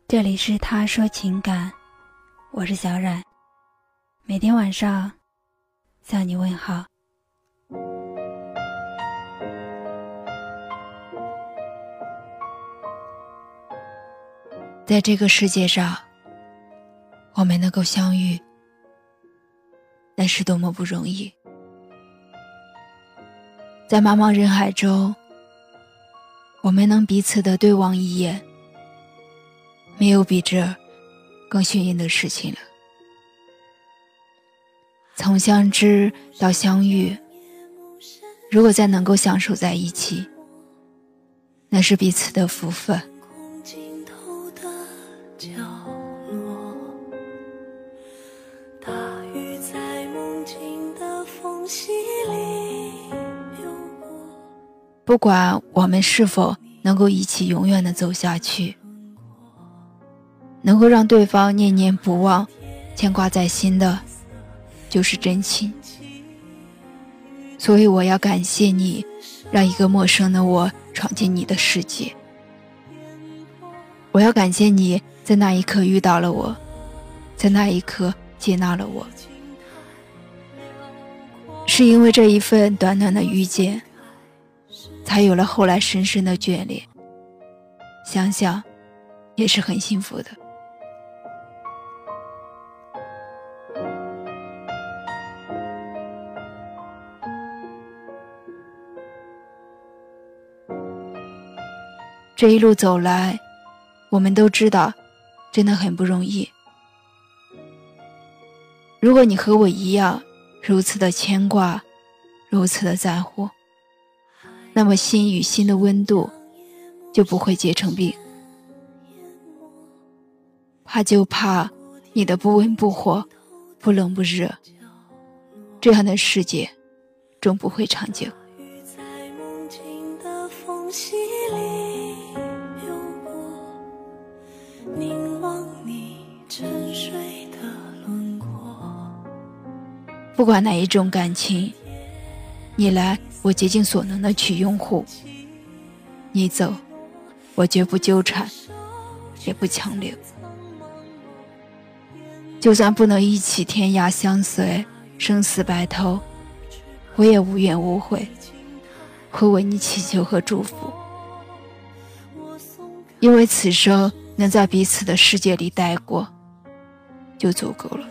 这里是他说情感，我是小冉，每天晚上向你问好。在这个世界上，我们能够相遇，那是多么不容易。在茫茫人海中，我们能彼此的对望一眼，没有比这更幸运的事情了。从相知到相遇，如果再能够相守在一起，那是彼此的福分。不管我们是否能够一起永远地走下去，能够让对方念念不忘，牵挂在心的就是真情。所以我要感谢你，让一个陌生的我闯进你的世界。我要感谢你在那一刻遇到了我，在那一刻接纳了我。是因为这一份短短的遇见，才有了后来深深的眷恋，想想也是很幸福的。这一路走来，我们都知道真的很不容易。如果你和我一样如此的牵挂，如此的在乎，那么心与心的温度就不会结成冰。怕就怕你的不温不火，不冷不热，这样的世界终不会长久。不管哪一种感情，你来我竭尽所能的去拥护，你走我绝不纠缠，也不强留。就算不能一起天涯相随，生死白头，我也无怨无悔，会为你祈求和祝福。因为此生能在彼此的世界里待过，就足够了。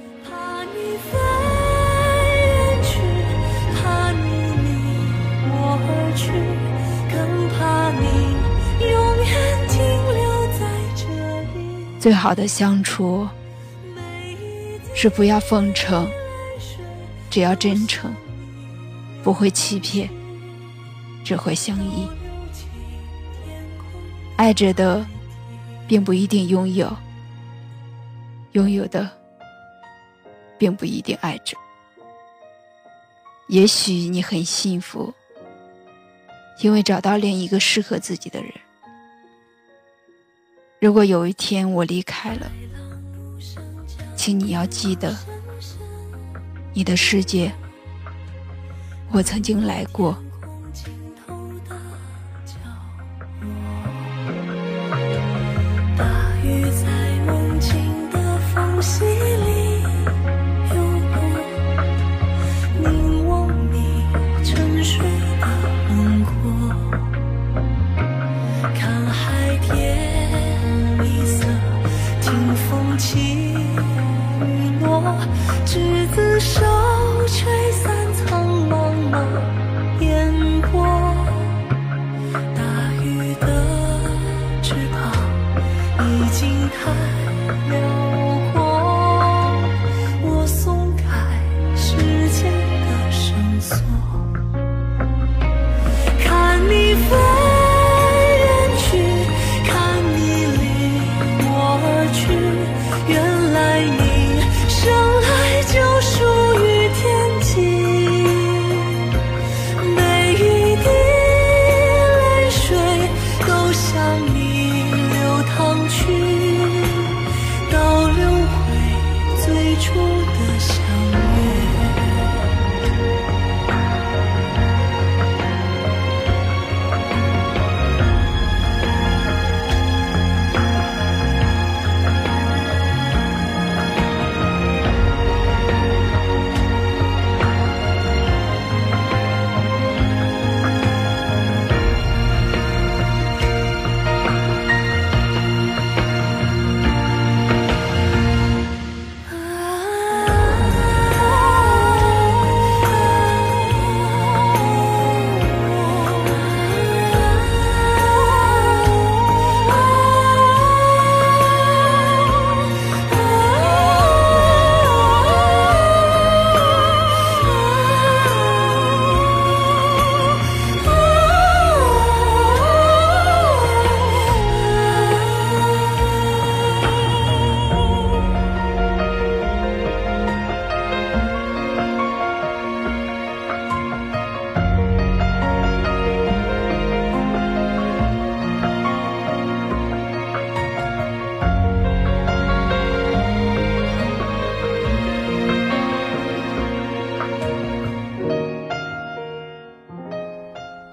最好的相处是不要奉承，只要真诚，不会欺骗，只会相依。爱着的并不一定拥有，拥有的并不一定爱着。也许你很幸福，因为找到另一个适合自己的人。如果有一天我离开了，请你要记得，你的世界我曾经来过。大雨在梦境的缝隙里游过，凝望你沉睡的轮廓，看海天风起雨落，执子手吹散苍茫茫烟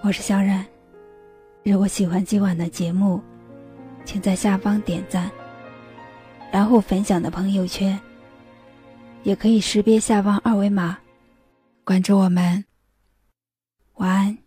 我是小冉。如果喜欢今晚的节目，请在下方点赞，然后分享到朋友圈，也可以识别下方二维码关注我们。晚安。